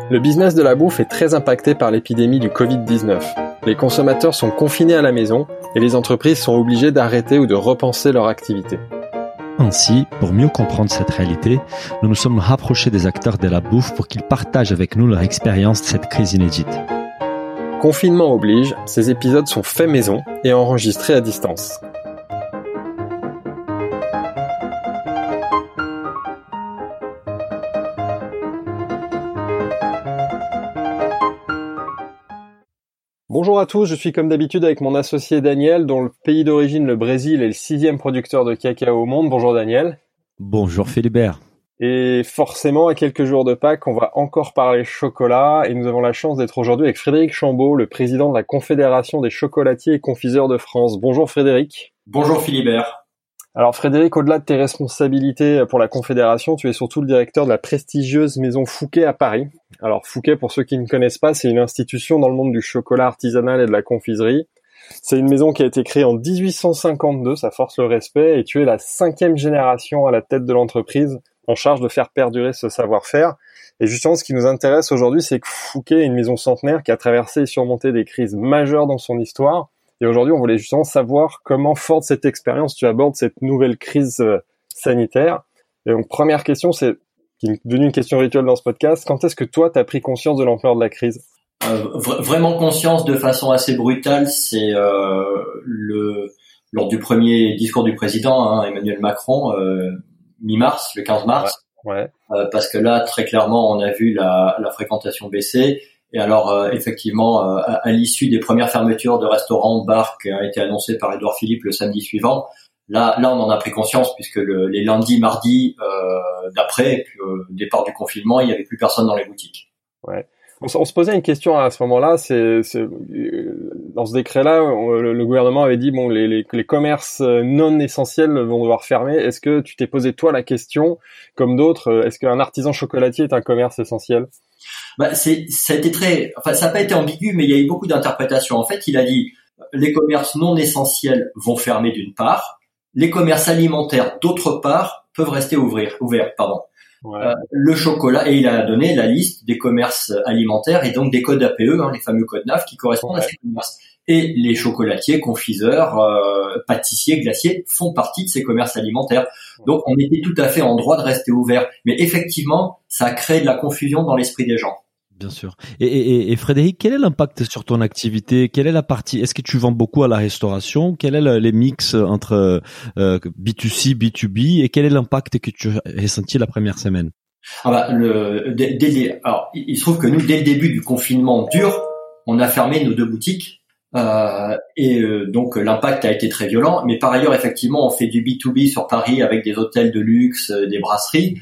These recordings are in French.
Le business de la bouffe est très impacté par l'épidémie du Covid-19. Les consommateurs sont confinés à la maison et les entreprises sont obligées d'arrêter ou de repenser leur activité. Ainsi, pour mieux comprendre cette réalité, nous nous sommes rapprochés des acteurs de la bouffe pour qu'ils partagent avec nous leur expérience de cette crise inédite. Confinement oblige, ces épisodes sont faits maison et enregistrés à distance. Bonjour à tous, je suis comme d'habitude avec mon associé Daniel, dont le pays d'origine, le Brésil, est le 6e producteur de cacao au monde. Bonjour Daniel. Bonjour Philibert. Et forcément, à quelques jours de Pâques, on va encore parler chocolat et nous avons la chance d'être aujourd'hui avec Frédéric Chambaud, le président de la Confédération des chocolatiers et confiseurs de France. Bonjour Frédéric. Bonjour Philibert. Alors Frédéric, au-delà de tes responsabilités pour la Confédération, tu es surtout le directeur de la prestigieuse maison Fouquet à Paris. Alors Fouquet, pour ceux qui ne connaissent pas, c'est une institution dans le monde du chocolat artisanal et de la confiserie. C'est une maison qui a été créée en 1852, ça force le respect, et tu es la 5e génération à la tête de l'entreprise en charge de faire perdurer ce savoir-faire. Et justement, ce qui nous intéresse aujourd'hui, c'est que Fouquet est une maison centenaire qui a traversé et surmonté des crises majeures dans son histoire. Et aujourd'hui, on voulait justement savoir comment, fort de cette expérience, tu abordes cette nouvelle crise sanitaire. Et donc, première question, c'est qui est devenue une question rituelle dans ce podcast. Quand est-ce que toi, tu as pris conscience de l'ampleur de la crise ? Vraiment conscience de façon assez brutale, c'est lors du premier discours du président, Emmanuel Macron, mi-mars, le 15 mars. Ouais. Parce que là, très clairement, on a vu la fréquentation baisser. Et alors, effectivement, à l'issue des premières fermetures de restaurants, bars qui ont été annoncées par Édouard Philippe le samedi suivant, là, on en a pris conscience puisque les lundis, mardis d'après, et puis départ du confinement, il n'y avait plus personne dans les boutiques. Ouais. On se posait une question à ce moment-là. C'est dans ce décret-là, le gouvernement avait dit bon, les commerces non essentiels vont devoir fermer. Est-ce que tu t'es posé toi la question, comme d'autres, est-ce qu'un artisan chocolatier est un commerce essentiel ? Ça n'a pas été ambigu, mais il y a eu beaucoup d'interprétations. En fait, il a dit les commerces non essentiels vont fermer d'une part, les commerces alimentaires d'autre part peuvent rester ouverts. Ouais. Le chocolat, et il a donné la liste des commerces alimentaires et donc des codes APE, les fameux codes NAF qui correspondent à ces commerces. Et les chocolatiers, confiseurs, pâtissiers, glaciers font partie de ces commerces alimentaires. Donc on était tout à fait en droit de rester ouvert. Mais effectivement, ça a créé de la confusion dans l'esprit des gens. Bien sûr. Et Frédéric, quel est l'impact sur ton activité ? Quelle est la partie ? Est-ce que tu vends beaucoup à la restauration ? Quel est les mix entre B2C, B2B ? Et quel est l'impact que tu as ressenti la première semaine ? Alors, il se trouve que nous, dès le début du confinement dur, on a fermé nos 2 boutiques. Donc l'impact a été très violent. Mais par ailleurs, effectivement, on fait du B2B sur Paris avec des hôtels de luxe, des brasseries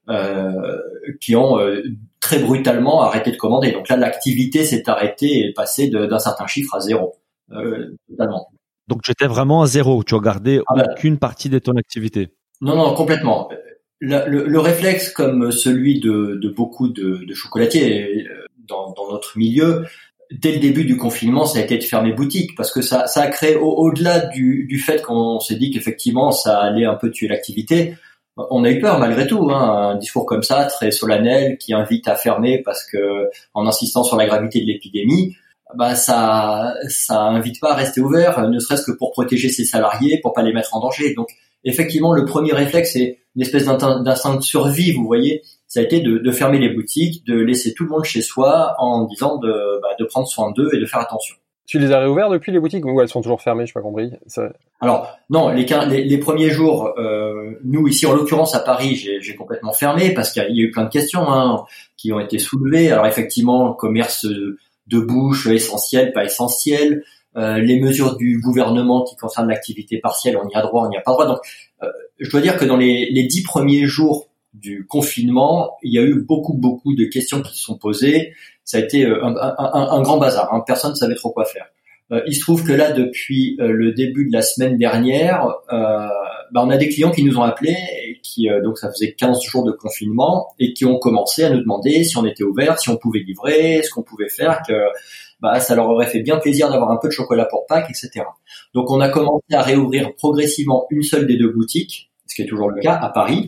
qui ont très brutalement arrêté de commander. Donc là, l'activité s'est arrêtée et est passée d'un certain chiffre à 0, totalement. Donc tu étais vraiment à 0, tu as gardé aucune partie de ton activité. Non, complètement. Le réflexe comme celui de beaucoup de chocolatiers dans notre milieu, dès le début du confinement, ça a été de fermer boutique parce que ça a créé au-delà du fait qu'on s'est dit qu'effectivement ça allait un peu tuer l'activité. On a eu peur malgré tout, un discours comme ça, très solennel, qui invite à fermer parce que, en insistant sur la gravité de l'épidémie, ça invite pas à rester ouvert, ne serait-ce que pour protéger ses salariés, pour pas les mettre en danger. Donc, effectivement, le premier réflexe, c'est une espèce d'instinct de survie, vous voyez. Ça a été de fermer les boutiques, de laisser tout le monde chez soi en disant de prendre soin d'eux et de faire attention. Tu les as réouvertes depuis les boutiques ou elles sont toujours fermées? Je n'ai pas compris. Alors non, les premiers jours, nous ici en l'occurrence à Paris, j'ai complètement fermé parce qu'il y a eu plein de questions qui ont été soulevées. Alors effectivement, commerce de bouche, essentiel, pas essentiel, les mesures du gouvernement qui concernent l'activité partielle, on y a droit, on n'y a pas droit. Donc je dois dire que dans les 10 premiers jours du confinement, il y a eu beaucoup de questions qui se sont posées. Ça a été un grand bazar, personne ne savait trop quoi faire. Il se trouve que là, depuis le début de la semaine dernière, on a des clients qui nous ont appelés, et donc ça faisait 15 jours de confinement, et qui ont commencé à nous demander si on était ouvert, si on pouvait livrer, ce qu'on pouvait faire, que ça leur aurait fait bien plaisir d'avoir un peu de chocolat pour Pâques, etc. Donc on a commencé à réouvrir progressivement une seule des 2 boutiques, ce qui est toujours le cas à Paris,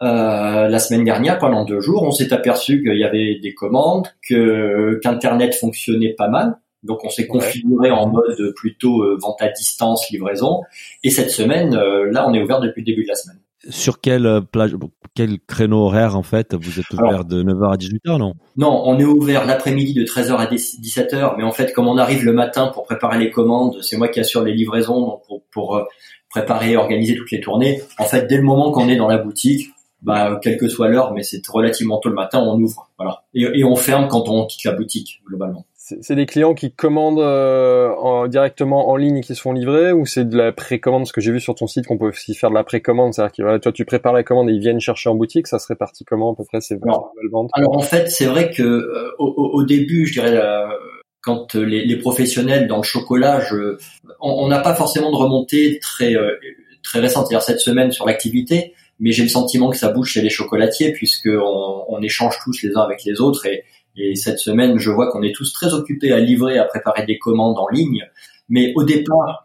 La semaine dernière, pendant 2 jours, on s'est aperçu qu'il y avait des commandes, qu'Internet fonctionnait pas mal. Donc on s'est configuré en mode plutôt vente à distance, livraison. Et cette semaine, là, on est ouvert depuis le début de la semaine. Sur quel créneau horaire en fait vous êtes ouvert? De 9h à 18h, non? Non, on est ouvert l'après-midi de 13h à 17h, mais en fait, comme on arrive le matin pour préparer les commandes, c'est moi qui assure les livraisons pour préparer et organiser toutes les tournées. En fait, dès le moment qu'on est dans la boutique, quelle que soit l'heure, mais c'est relativement tôt le matin, on ouvre, voilà. Et on ferme quand on quitte la boutique, globalement. C'est des clients qui commandent directement en ligne et qui se font livrer, ou c'est de la précommande? Parce que j'ai vu sur ton site qu'on peut aussi faire de la précommande, c'est-à-dire que voilà, toi tu prépares la commande et ils viennent chercher en boutique. Ça se répartit comment à peu près ces ventes? Alors en fait, c'est vrai que au début, je dirais, quand les professionnels dans le chocolat, on n'a pas forcément de remontée très récente, c'est-à-dire cette semaine sur l'activité, mais j'ai le sentiment que ça bouge chez les chocolatiers puisque on échange tous les uns avec les autres et cette semaine, je vois qu'on est tous très occupés à livrer, à préparer des commandes en ligne. Mais au départ,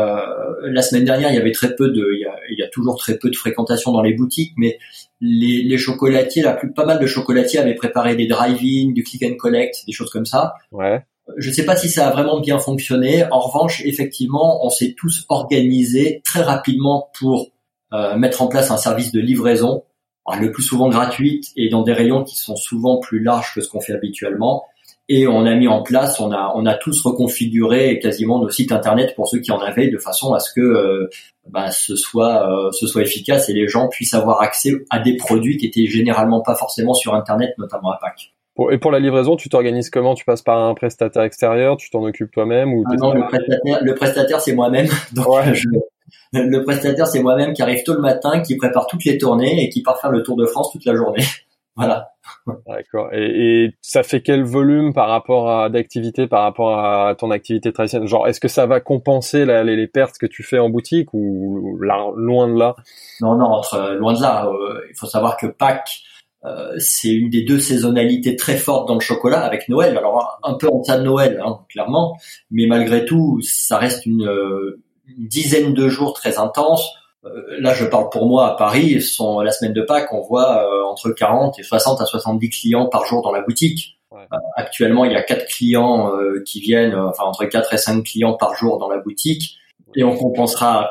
la semaine dernière, il y avait il y a toujours très peu de fréquentation dans les boutiques, mais les chocolatiers, pas mal de chocolatiers avaient préparé des drive-in, du click and collect, des choses comme ça. Ouais. Je ne sais pas si ça a vraiment bien fonctionné. En revanche, effectivement, on s'est tous organisés très rapidement pour mettre en place un service de livraison, le plus souvent gratuite et dans des rayons qui sont souvent plus larges que ce qu'on fait habituellement. Et on a mis en place, on a tous reconfiguré quasiment nos sites internet pour ceux qui en avaient, de façon à ce que ce soit efficace et les gens puissent avoir accès à des produits qui étaient généralement pas forcément sur internet, notamment à Pâques. Et pour la livraison, tu t'organises comment? Tu passes par un prestataire extérieur, tu t'en occupes toi-même ou non, le prestataire c'est moi-même. Donc le prestataire c'est moi-même qui arrive tôt le matin, qui prépare toutes les tournées et qui part faire le Tour de France toute la journée. Voilà. D'accord. Et ça fait quel volume d'activité par rapport à ton activité traditionnelle? Genre, est-ce que ça va compenser les pertes que tu fais en boutique ou loin de là? Non, loin de là. Il faut savoir que Pâques, c'est une des 2 saisonnalités très fortes dans le chocolat avec Noël. Alors un peu en deçà de Noël, clairement, mais malgré tout, ça reste une dizaine de jours très intenses. Là, je parle pour moi à Paris. La semaine de Pâques, on voit entre 40 et 60 à 70 clients par jour dans la boutique. Ouais. Actuellement, il y a 4 clients qui viennent, entre 4 et 5 clients par jour dans la boutique, et on compensera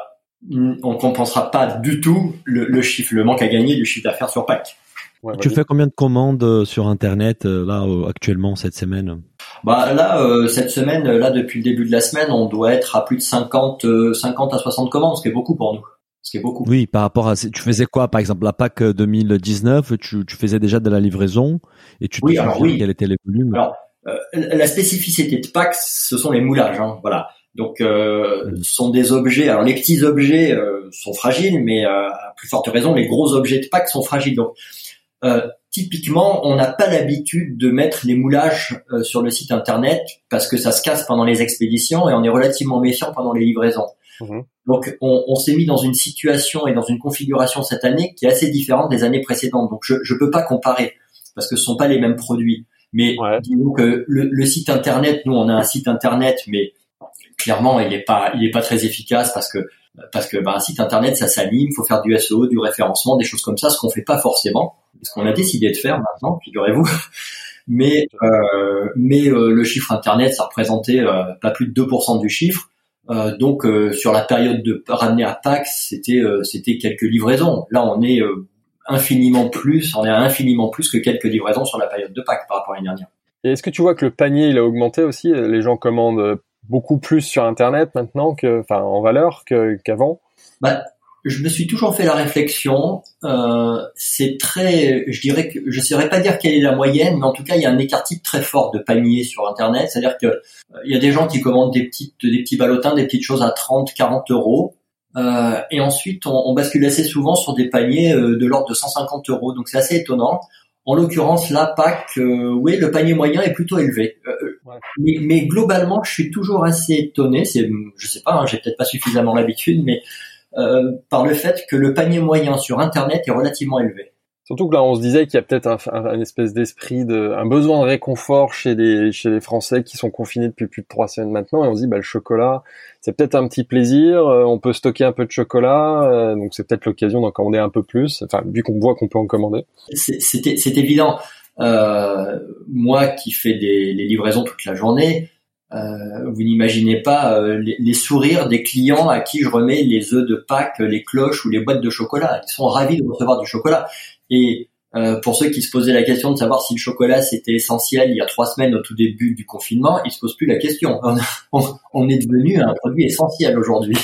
pas du tout le manque à gagner du chiffre d'affaires sur Pâques. Ouais, tu fais combien de commandes sur Internet actuellement cette semaine? Cette semaine, depuis le début de la semaine, on doit être à plus de 50 à 60 commandes, ce qui est beaucoup pour nous. Ce qui est beaucoup. Oui, par rapport à, tu faisais quoi, par exemple, la Pâques 2019, tu faisais déjà de la livraison et tu te souviens quels étaient les volumes? Alors, la spécificité de Pâques, ce sont les moulages, voilà. Donc, ce sont des objets. Alors, les petits objets sont fragiles, mais à plus forte raison, les gros objets de Pâques sont fragiles. Donc, typiquement, on n'a pas l'habitude de mettre les moulages sur le site internet parce que ça se casse pendant les expéditions et on est relativement méfiant pendant les livraisons. Donc, on s'est mis dans une situation et dans une configuration cette année qui est assez différente des années précédentes. Donc, je peux pas comparer parce que ce sont pas les mêmes produits. Mais disons que le site internet, nous, on a un site internet, mais clairement, il est pas très efficace parce que un site internet, ça s'anime, faut faire du SEO, du référencement, des choses comme ça, ce qu'on fait pas forcément, ce qu'on a décidé de faire maintenant, figurez-vous. Mais le chiffre internet, ça représentait pas plus de 2% du chiffre. Donc sur la période de ramener à Pâques, c'était quelques livraisons. Là, on est infiniment plus que quelques livraisons sur la période de Pâques par rapport à l'année dernière. Et est-ce que tu vois que le panier il a augmenté aussi? Les gens commandent beaucoup plus sur internet maintenant en valeur qu'avant? Je me suis toujours fait la réflexion. C'est je dirais que je saurais pas dire quelle est la moyenne, mais en tout cas il y a un écart type très fort de panier sur internet. C'est-à-dire que il y a des gens qui commandent des petits ballotins, des petites choses à 30, 40 euros, et ensuite on bascule assez souvent sur des paniers de l'ordre de 150 euros. Donc c'est assez étonnant. En l'occurrence, là, Pâques, le panier moyen est plutôt élevé. Mais globalement, je suis toujours assez étonné. Je sais pas, j'ai peut-être pas suffisamment l'habitude, mais par le fait que le panier moyen sur Internet est relativement élevé. Surtout que là, on se disait qu'il y a peut-être un espèce d'esprit un besoin de réconfort chez les Français qui sont confinés depuis plus de 3 semaines maintenant. Et on se dit, le chocolat, c'est peut-être un petit plaisir. On peut stocker un peu de chocolat. Donc c'est peut-être l'occasion d'en commander un peu plus. Enfin, vu qu'on voit qu'on peut en commander. C'est évident. Moi qui fais les livraisons toute la journée, vous n'imaginez pas les sourires des clients à qui je remets les œufs de Pâques, les cloches ou les boîtes de chocolat. Ils sont ravis de recevoir du chocolat. Et pour ceux qui se posaient la question de savoir si le chocolat c'était essentiel il y a 3 semaines au tout début du confinement, ils se posent plus la question. On est devenu un produit essentiel aujourd'hui.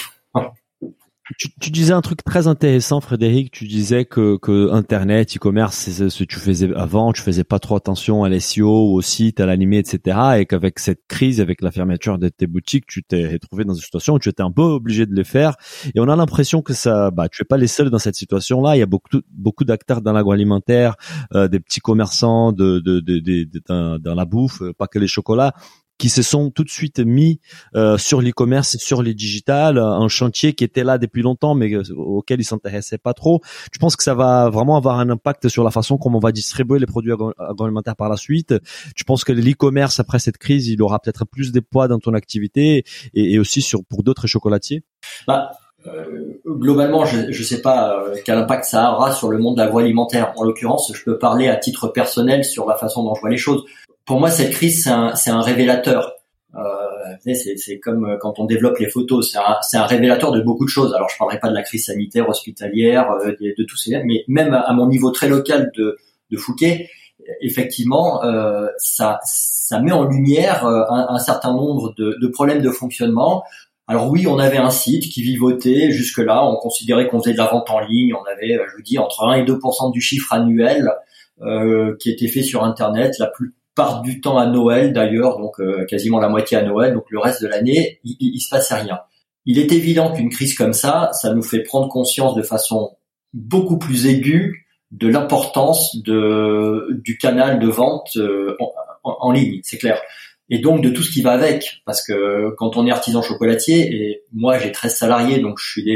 Tu disais un truc très intéressant, Frédéric. Tu disais que Internet, e-commerce, c'est ce que tu faisais avant. Tu faisais pas trop attention à l'SEO, au site, à l'animé, etc. Et qu'avec cette crise, avec la fermeture de tes boutiques, tu t'es retrouvé dans une situation où tu étais un peu obligé de les faire. Et on a l'impression que tu es pas les seuls dans cette situation-là. Il y a beaucoup d'acteurs dans l'agroalimentaire, des petits commerçants dans la bouffe, pas que les chocolats, qui se sont tout de suite mis sur l'e-commerce et sur les digitales, un chantier qui était là depuis longtemps mais auquel ils s'intéressaient pas trop. Je pense que ça va vraiment avoir un impact sur la façon comme on va distribuer les produits agroalimentaires par la suite. Je pense que l'e-commerce après cette crise, il aura peut-être plus de poids dans ton activité et aussi pour d'autres chocolatiers. Globalement, je sais pas quel impact ça aura sur le monde de l'agroalimentaire. En l'occurrence, je peux parler à titre personnel sur la façon dont je vois les choses. Pour moi, cette crise, c'est un révélateur. C'est comme quand on développe les photos, c'est un révélateur de beaucoup de choses. Alors, je parlerai pas de la crise sanitaire, hospitalière, de tous ces, mais même à mon niveau très local de Fouquet, effectivement, ça met en lumière un certain nombre de problèmes de fonctionnement. Alors oui, on avait un site qui vivotait jusque-là. On considérait qu'on faisait de la vente en ligne. On avait, je vous dis, entre 1 et 2% du chiffre annuel qui était fait sur Internet. La plupart du temps à Noël d'ailleurs, donc quasiment la moitié à Noël. Donc le reste de l'année, il se passait rien. Il est évident qu'une crise comme ça nous fait prendre conscience de façon beaucoup plus aiguë de l'importance du canal de vente en ligne, c'est clair. Et donc de tout ce qui va avec, parce que quand on est artisan chocolatier, et moi j'ai 13 salariés, donc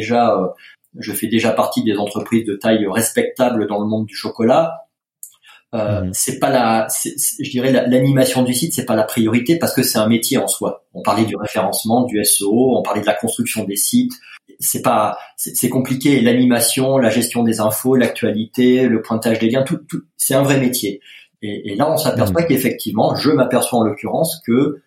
je fais déjà partie des entreprises de taille respectable dans le monde du chocolat. C'est pas je dirais l'animation du site, c'est pas la priorité parce que c'est un métier en soi. On parlait du référencement, du SEO, on parlait de la construction des sites. C'est compliqué. L'animation, la gestion des infos, l'actualité, le pointage des liens, tout, c'est un vrai métier. Et là, on s'aperçoit qu'effectivement, je m'aperçois en l'occurrence que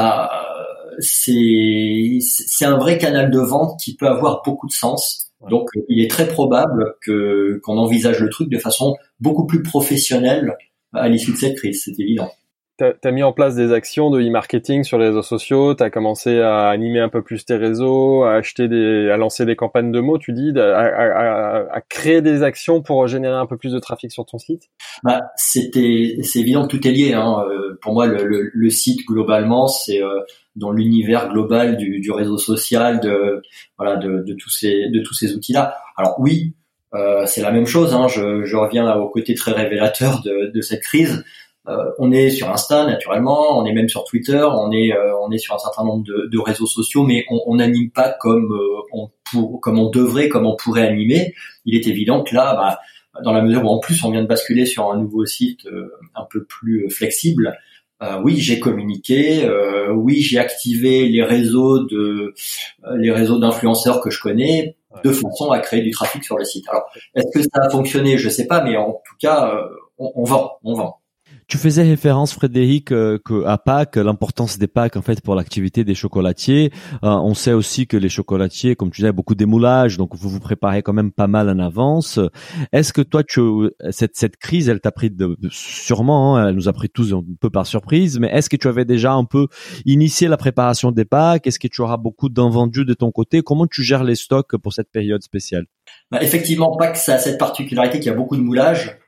c'est un vrai canal de vente qui peut avoir beaucoup de sens. Donc, il est très probable qu'on envisage le truc de façon beaucoup plus professionnelle à l'issue de cette crise. C'est évident. T'as mis en place des actions de e-marketing sur les réseaux sociaux, t'as commencé à animer un peu plus tes réseaux, à lancer des campagnes de mots, tu dis, à créer des actions pour générer un peu plus de trafic sur ton site? C'est évident que tout est lié, hein. Pour moi, le site globalement, c'est dans l'univers global du réseau social, de tous ces outils-là. Alors oui, c'est la même chose, hein. Je reviens au côté très révélateur de cette crise. On est sur Insta naturellement, on est même sur Twitter, on est sur un certain nombre de réseaux sociaux, mais on n'anime pas comme on devrait, comme on pourrait animer. Il est évident que là, dans la mesure où en plus on vient de basculer sur un nouveau site un peu plus flexible, oui, j'ai communiqué, oui, j'ai activé les réseaux d'influenceurs que je connais de façon à créer du trafic sur le site. Alors, est-ce que ça a fonctionné? Je sais pas, mais en tout cas, on vend. Tu faisais référence, Frédéric, à Pâques, l'importance des Pâques en fait pour l'activité des chocolatiers. On sait aussi que les chocolatiers, comme tu disais, beaucoup d'émoulage, donc vous vous préparez quand même pas mal en avance. Est-ce que toi, cette crise, elle t'a pris sûrement, hein, elle nous a pris tous un peu par surprise, mais est-ce que tu avais déjà un peu initié la préparation des Pâques? Est-ce que tu auras beaucoup d'invendus de ton côté? Comment tu gères les stocks pour cette période spéciale? Effectivement, Pâques, ça a cette particularité qu'il y a beaucoup de moulage.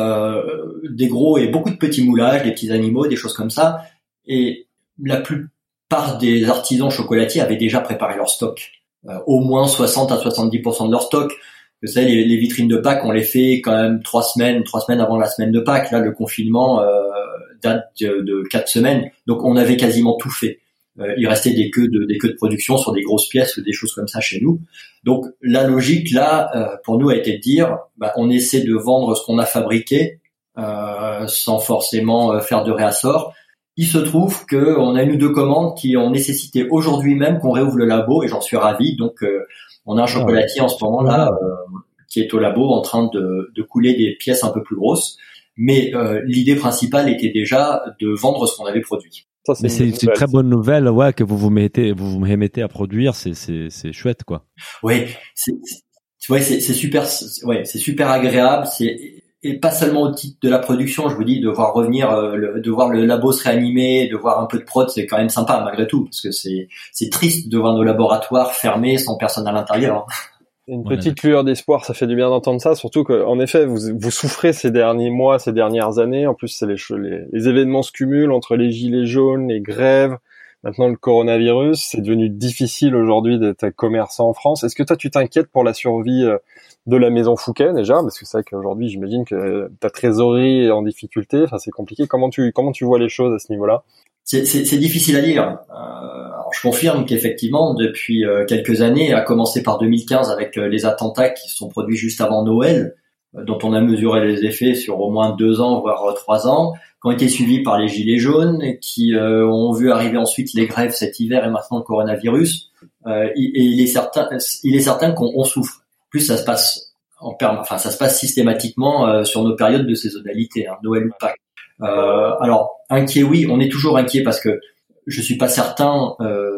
Des gros et beaucoup de petits moulages, des petits animaux, des choses comme ça. Et la plupart des artisans chocolatiers avaient déjà préparé leur stock. Au moins 60 à 70% de leur stock. Vous savez, les vitrines de Pâques, on les fait quand même 3 semaines avant la semaine de Pâques. Là, le confinement date de 4 semaines. Donc, on avait quasiment tout fait. il restait des queues de production sur des grosses pièces ou des choses comme ça chez nous. Donc la logique là, pour nous, a été de dire, on essaie de vendre ce qu'on a fabriqué sans forcément faire de réassort. Il se trouve que on a une ou deux commandes qui ont nécessité aujourd'hui même qu'on réouvre le labo, et j'en suis ravi. Donc on a un chocolatier en ce moment là qui est au labo en train de couler des pièces un peu plus grosses. Mais l'idée principale était déjà de vendre ce qu'on avait produit. Ça, c'est une très bonne nouvelle, ouais, que vous mettez à produire, c'est chouette, quoi. Oui, c'est super, ouais, c'est super agréable, et pas seulement au titre de la production, je vous dis, de voir revenir, de voir le labo se réanimer, de voir un peu de prod, c'est quand même sympa malgré tout, parce que c'est triste de voir nos laboratoires fermés sans personne à l'intérieur. Une petite lueur d'espoir, ça fait du bien d'entendre ça, surtout qu'en effet, vous souffrez ces derniers mois, ces dernières années. En plus, c'est les événements se cumulent entre les gilets jaunes, les grèves, maintenant le coronavirus. C'est devenu difficile aujourd'hui d'être commerçant en France. Est-ce que toi, tu t'inquiètes pour la survie de la maison Fouquet déjà? Parce que c'est vrai qu'aujourd'hui, j'imagine que ta trésorerie est en difficulté. Enfin, c'est compliqué. Comment tu vois les choses à ce niveau-là? C'est difficile à dire. Alors je confirme qu'effectivement, depuis quelques années, à commencer par 2015 avec les attentats qui se sont produits juste avant Noël, dont on a mesuré les effets sur au moins 2 ans, voire 3 ans, qui ont été suivis par les gilets jaunes, qui ont vu arriver ensuite les grèves cet hiver et maintenant le coronavirus. Et il est certain qu'on souffre. Plus ça se passe ça se passe systématiquement sur nos périodes de saisonnalité, Noël ou Pâques. Alors inquiet, oui, on est toujours inquiet parce que je suis pas certain,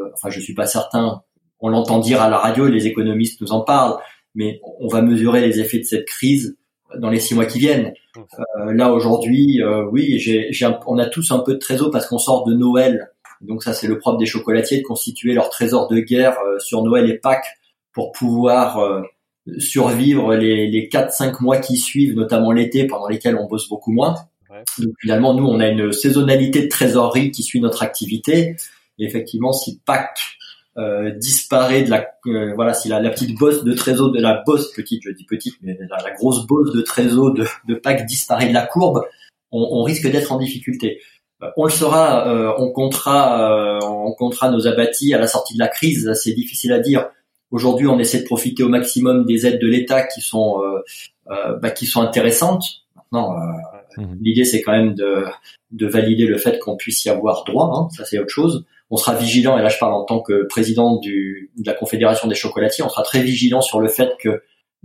on l'entend dire à la radio, les économistes nous en parlent, mais on va mesurer les effets de cette crise dans les 6 mois qui viennent. Là aujourd'hui, oui, on a tous un peu de trésor parce qu'on sort de Noël, donc ça c'est le propre des chocolatiers de constituer leur trésor de guerre sur Noël et Pâques pour pouvoir survivre les 4-5 mois qui suivent, notamment l'été pendant lesquels on bosse beaucoup moins. Donc finalement, nous, on a une saisonnalité de trésorerie qui suit notre activité. Et effectivement, si Pâques disparaît si la petite bosse de trésor de la bosse petite, je dis petite, mais la grosse bosse de trésor de Pâques disparaît de la courbe, on risque d'être en difficulté. On le saura, on comptera nos abattis à la sortie de la crise. C'est difficile à dire. Aujourd'hui, on essaie de profiter au maximum des aides de l'État qui sont intéressantes. Maintenant, l'idée c'est quand même de valider le fait qu'on puisse y avoir droit, ça c'est autre chose. On sera vigilant, et là je parle en tant que président de la Confédération des chocolatiers, on sera très vigilant sur le fait que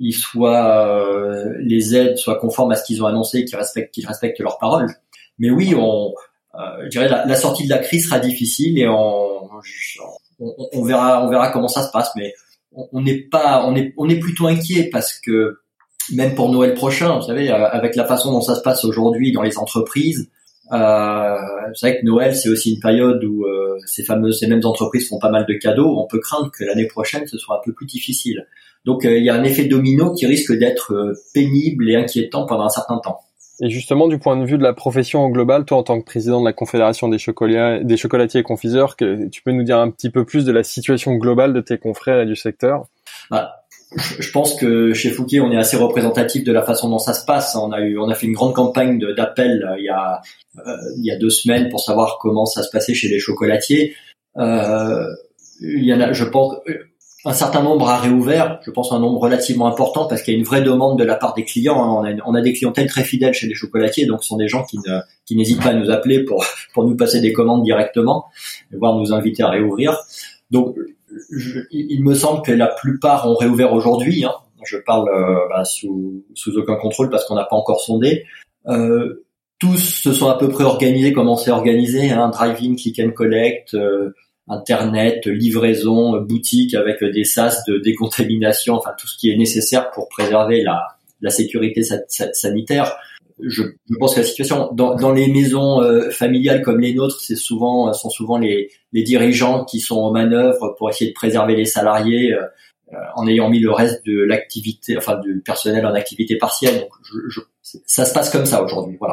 les aides soient conformes à ce qu'ils ont annoncé et qu'ils respectent leurs paroles. Mais oui, je dirais la sortie de la crise sera difficile et on verra comment ça se passe, mais on est plutôt inquiet parce que même pour Noël prochain, vous savez, avec la façon dont ça se passe aujourd'hui dans les entreprises, c'est vrai que Noël, c'est aussi une période où ces mêmes entreprises font pas mal de cadeaux. On peut craindre que l'année prochaine, ce soit un peu plus difficile. Donc, il y a un effet domino qui risque d'être pénible et inquiétant pendant un certain temps. Et justement, du point de vue de la profession en global, toi, en tant que président de la Confédération des chocolatiers et confiseurs, tu peux nous dire un petit peu plus de la situation globale de tes confrères et du secteur? Je pense que chez Fouquet, on est assez représentatif de la façon dont ça se passe. On a fait une grande campagne d'appel il y a 2 semaines pour savoir comment ça se passait chez les chocolatiers. Il y en a, je pense, un certain nombre a réouvert. Je pense un nombre relativement important parce qu'il y a une vraie demande de la part des clients. On a des clientèles très fidèles chez les chocolatiers, donc ce sont des gens qui n'hésitent pas à nous appeler pour nous passer des commandes directement, voire nous inviter à réouvrir. Donc il me semble que la plupart ont réouvert aujourd'hui. Je parle sous aucun contrôle parce qu'on n'a pas encore sondé. Tous se sont à peu près organisés comme on s'est organisé, drive-in, click and collect, internet, livraison, boutique avec des sas de décontamination, enfin tout ce qui est nécessaire pour préserver la sécurité sanitaire. Je pense que la situation dans les maisons familiales comme les nôtres, sont souvent les dirigeants qui sont aux manœuvres pour essayer de préserver les salariés en ayant mis le reste de l'activité, enfin du personnel en activité partielle. Donc ça se passe comme ça aujourd'hui, voilà.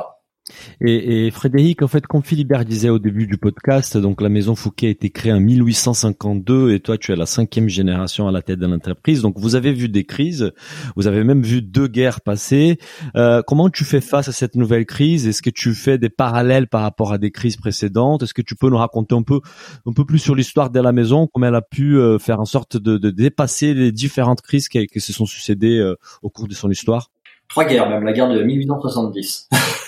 Et Frédéric, en fait, comme Philibert disait au début du podcast, donc la maison Fouquet a été créée en 1852 et toi, tu es la 5e génération à la tête de l'entreprise. Donc, vous avez vu des crises, vous avez même vu 2 guerres passer. Comment tu fais face à cette nouvelle crise? Est-ce que tu fais des parallèles par rapport à des crises précédentes? Est-ce que tu peux nous raconter un peu plus sur l'histoire de la maison, comment elle a pu faire en sorte de dépasser les différentes crises qui se sont succédées au cours de son histoire? 3 guerres, même la guerre de 1870.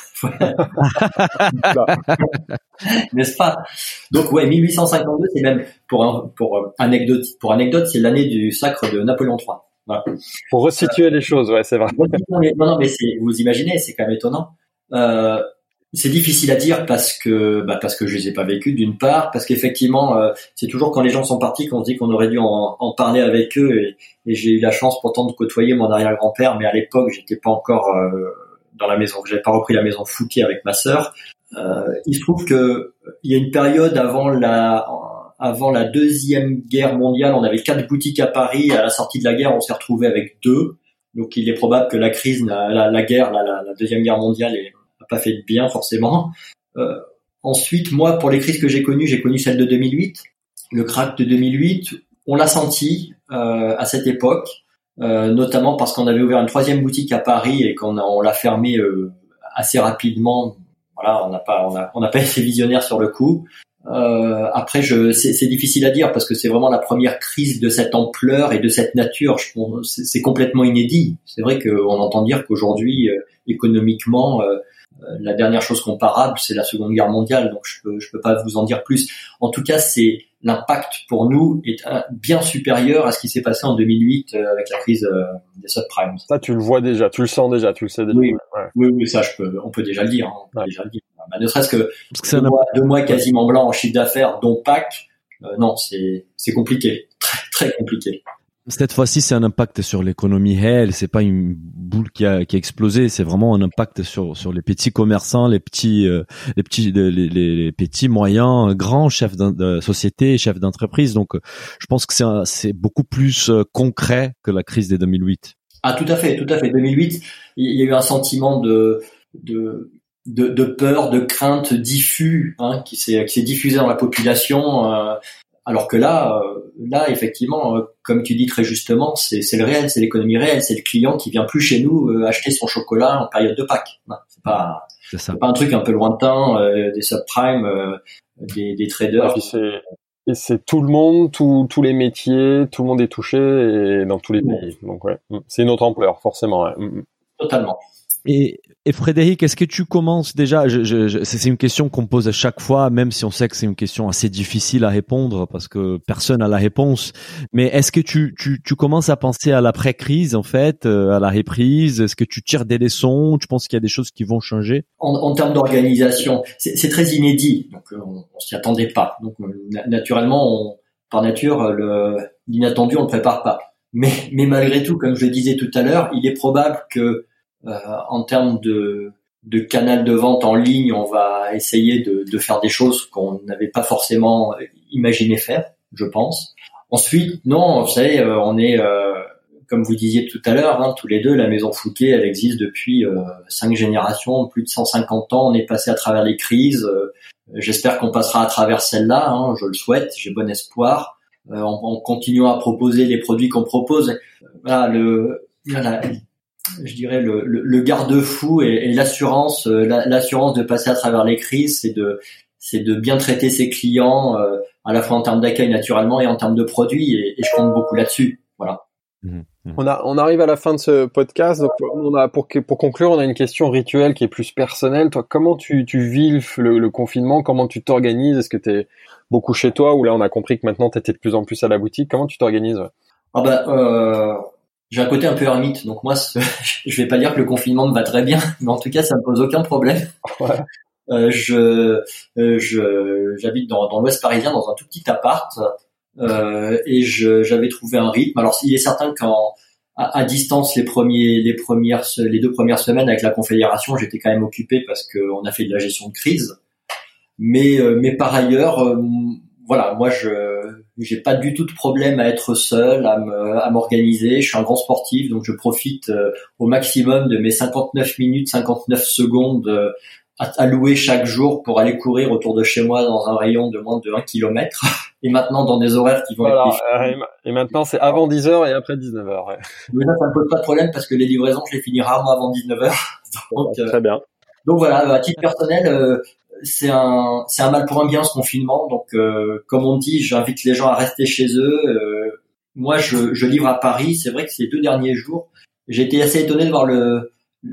N'est-ce pas? Donc ouais, 1852, c'est même pour anecdote, c'est l'année du sacre de Napoléon III. Voilà. Pour resituer les choses, ouais, c'est vrai. Non, mais vous imaginez, c'est quand même étonnant. C'est difficile à dire parce que je les ai pas vécus d'une part, parce qu'effectivement, c'est toujours quand les gens sont partis qu'on se dit qu'on aurait dû en parler avec eux, et j'ai eu la chance pourtant de côtoyer mon arrière-grand-père, mais à l'époque, j'étais pas encore dans la maison, j'avais pas repris la maison Fouquet avec ma sœur. Il se trouve que il y a une période avant la Deuxième Guerre mondiale, on avait 4 boutiques à Paris. À la sortie de la guerre, on s'est retrouvé avec 2. Donc, il est probable que la crise, la Deuxième Guerre mondiale n'a pas fait de bien, forcément. Ensuite, moi, pour les crises que j'ai connues celle de 2008. Le crack de 2008, on l'a senti à cette époque, notamment parce qu'on avait ouvert une 3e boutique à Paris et on l'a fermée assez rapidement. Voilà, on n'a pas été visionnaire sur le coup. Après, c'est difficile à dire parce que c'est vraiment la première crise de cette ampleur et de cette nature. C'est complètement inédit. C'est vrai qu'on entend dire qu'aujourd'hui, économiquement, la dernière chose comparable, c'est la Seconde Guerre mondiale. Donc, je peux pas vous en dire plus. En tout cas, l'impact pour nous est bien supérieur à ce qui s'est passé en 2008 avec la crise des subprimes. Ça, tu le vois déjà, tu le sens déjà, tu le sais déjà. Oui, ouais. Oui, ça, on peut déjà le dire. Hein, on peut déjà le dire. Ne serait-ce que 2 mois quasiment blancs en chiffre d'affaires, dont Pâques, non, c'est compliqué, très très compliqué. Cette fois-ci, c'est un impact sur l'économie réelle. C'est pas une boule qui a explosé. C'est vraiment un impact sur les petits commerçants, les petits moyens, grands chefs de société, chefs d'entreprise. Donc, je pense que c'est beaucoup plus concret que la crise des 2008. Ah, tout à fait. 2008, il y a eu un sentiment de peur, de crainte diffus, hein, qui s'est diffusé dans la population. Alors que là, effectivement, comme tu dis très justement, c'est le réel, c'est l'économie réelle, c'est le client qui vient plus chez nous acheter son chocolat en période de Pâques. Non, c'est pas un truc un peu lointain des subprimes, des traders. Et c'est tout le monde, tous les métiers, tout le monde est touché et dans tous les pays. Donc ouais, c'est une autre ampleur forcément. Ouais. Totalement. Et Frédéric, est-ce que tu commences déjà, c'est une question qu'on pose à chaque fois, même si on sait que c'est une question assez difficile à répondre parce que personne n'a la réponse. Mais est-ce que tu commences à penser à l'après-crise, en fait, à la reprise? Est-ce que tu tires des leçons? Tu penses qu'il y a des choses qui vont changer? En termes d'organisation, c'est très inédit. Donc, on s'y attendait pas. Donc, naturellement, par nature, l'inattendu, on le prépare pas. Mais malgré tout, comme je le disais tout à l'heure, il est probable que en termes de canal de vente en ligne, on va essayer de faire des choses qu'on n'avait pas forcément imaginé faire, je pense. Ensuite, non, vous savez, on est, comme vous disiez tout à l'heure, hein, tous les deux, la maison Fouquet, elle existe depuis 5 générations, plus de 150 ans. On est passé à travers les crises. J'espère qu'on passera à travers celle-là. Hein, je le souhaite. J'ai bon espoir. En continuant à proposer les produits qu'on propose. Je dirais le garde-fou et l'assurance de passer à travers les crises, c'est de bien traiter ses clients à la fois en termes d'accueil naturellement et en termes de produits, et je compte beaucoup là-dessus. Voilà. On arrive à la fin de ce podcast, donc pour conclure, on a une question rituelle qui est plus personnelle. Toi, comment tu vis le confinement? Comment tu t'organises? Est-ce que t'es beaucoup chez toi, ou là on a compris que maintenant t'étais de plus en plus à la boutique? Comment tu t'organises? J'ai un côté un peu ermite, donc moi, je vais pas dire que le confinement me va très bien, mais en tout cas, ça me pose aucun problème. Ouais. J'habite dans l'Ouest parisien, dans un tout petit appart, et j'avais trouvé un rythme. Alors, il est certain qu'à distance, les 2 premières semaines avec la Confédération, j'étais quand même occupé parce qu'on a fait de la gestion de crise. Mais par ailleurs, voilà, moi j'ai pas du tout de problème à être seul, à m'organiser. Je suis un grand sportif, donc je profite au maximum de mes 59 minutes, 59 secondes alloué chaque jour pour aller courir autour de chez moi dans un rayon de moins de 1 kilomètre. Et maintenant, dans des horaires qui vont être... Et maintenant, c'est avant 10h et après 19h. Ouais. Mais là, ça me pose pas de problème parce que les livraisons, je les finis rarement avant 19h. Donc, très bien. Donc voilà, à titre personnel, c'est un mal pour un bien, ce confinement. Donc, comme on dit, j'invite les gens à rester chez eux. Moi, je livre à Paris. C'est vrai que ces 2 derniers jours, j'ai été assez étonné de voir le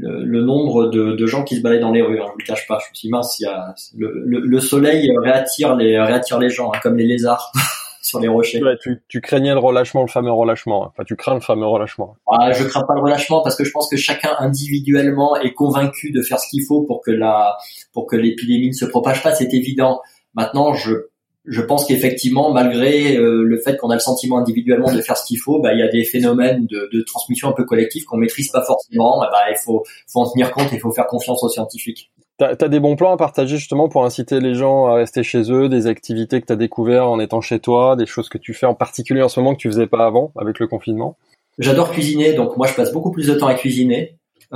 nombre de gens qui se baladaient dans les rues. Hein, je ne le cache pas. Je me suis dit, mince, il y a le soleil réattire les gens, hein, comme les lézards sur les rochers. Ouais, tu craignais le fameux relâchement. Enfin, tu crains le fameux relâchement. Ah, je crains pas le relâchement parce que je pense que chacun individuellement est convaincu de faire ce qu'il faut pour que l'épidémie ne se propage pas. C'est évident. Maintenant, je pense qu'effectivement, malgré le fait qu'on a le sentiment individuellement de faire ce qu'il faut, il y a des phénomènes de transmission un peu collective qu'on maîtrise pas forcément. Il faut en tenir compte et il faut faire confiance aux scientifiques. T'as des bons plans à partager justement pour inciter les gens à rester chez eux, des activités que t'as découvert en étant chez toi, des choses que tu fais en particulier en ce moment que tu faisais pas avant avec le confinement? J'adore cuisiner, donc moi je passe beaucoup plus de temps à cuisiner.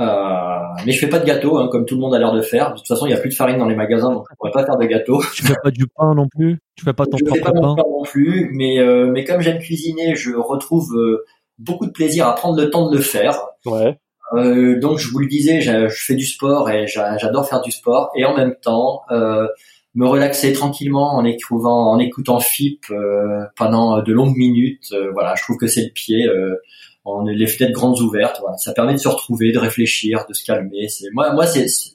Mais je fais pas de gâteau, hein, comme tout le monde a l'air de faire. De toute façon, il y a plus de farine dans les magasins, donc je pourrais pas faire de gâteau. Tu fais pas du pain non plus? Tu fais pas ton propre pain? Je fais pas mon pain non plus, mais comme j'aime cuisiner, je retrouve beaucoup de plaisir à prendre le temps de le faire. Ouais. Donc je vous le disais, je fais du sport et j'adore faire du sport et en même temps me relaxer tranquillement en écoutant FIP pendant de longues minutes. Voilà, je trouve que c'est le pied. Les fenêtres grandes ouvertes, voilà, ça permet de se retrouver, de réfléchir, de se calmer. Moi,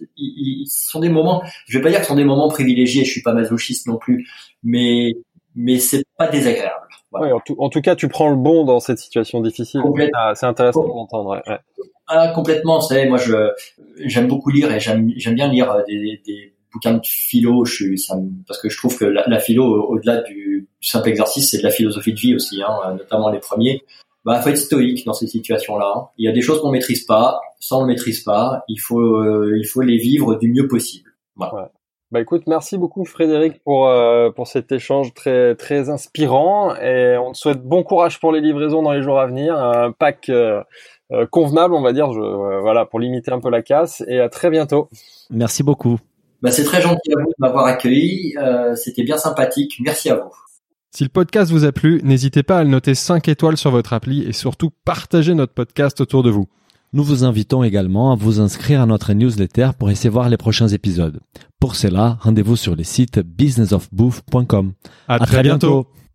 ils sont des moments. Je vais pas dire que ce sont des moments privilégiés. Je suis pas masochiste non plus, mais c'est pas désagréable. Voilà. Ouais, en tout cas, tu prends le bon dans cette situation difficile. C'est intéressant d'entendre. Ouais. Ah, complètement. Vous savez, moi, j'aime beaucoup lire et j'aime bien lire des bouquins de philo. Parce que je trouve que la philo, au-delà du simple exercice, c'est de la philosophie de vie aussi, hein, notamment les premiers. Faut être stoïque dans ces situations-là. Hein. Il y a des choses qu'on maîtrise pas. Ça, on le maîtrise pas. Il faut les vivre du mieux possible. Voilà. Ouais. Écoute, merci beaucoup Frédéric pour cet échange très très inspirant et on te souhaite bon courage pour les livraisons dans les jours à venir. Un pack convenable, on va dire, voilà, pour limiter un peu la casse et à très bientôt. Merci beaucoup. C'est très gentil à vous de m'avoir accueilli. C'était bien sympathique. Merci à vous. Si le podcast vous a plu, n'hésitez pas à le noter 5 étoiles sur votre appli et surtout partagez notre podcast autour de vous. Nous vous invitons également à vous inscrire à notre newsletter pour recevoir les prochains épisodes. Pour cela, rendez-vous sur le site businessofbouffe.com. À très bientôt.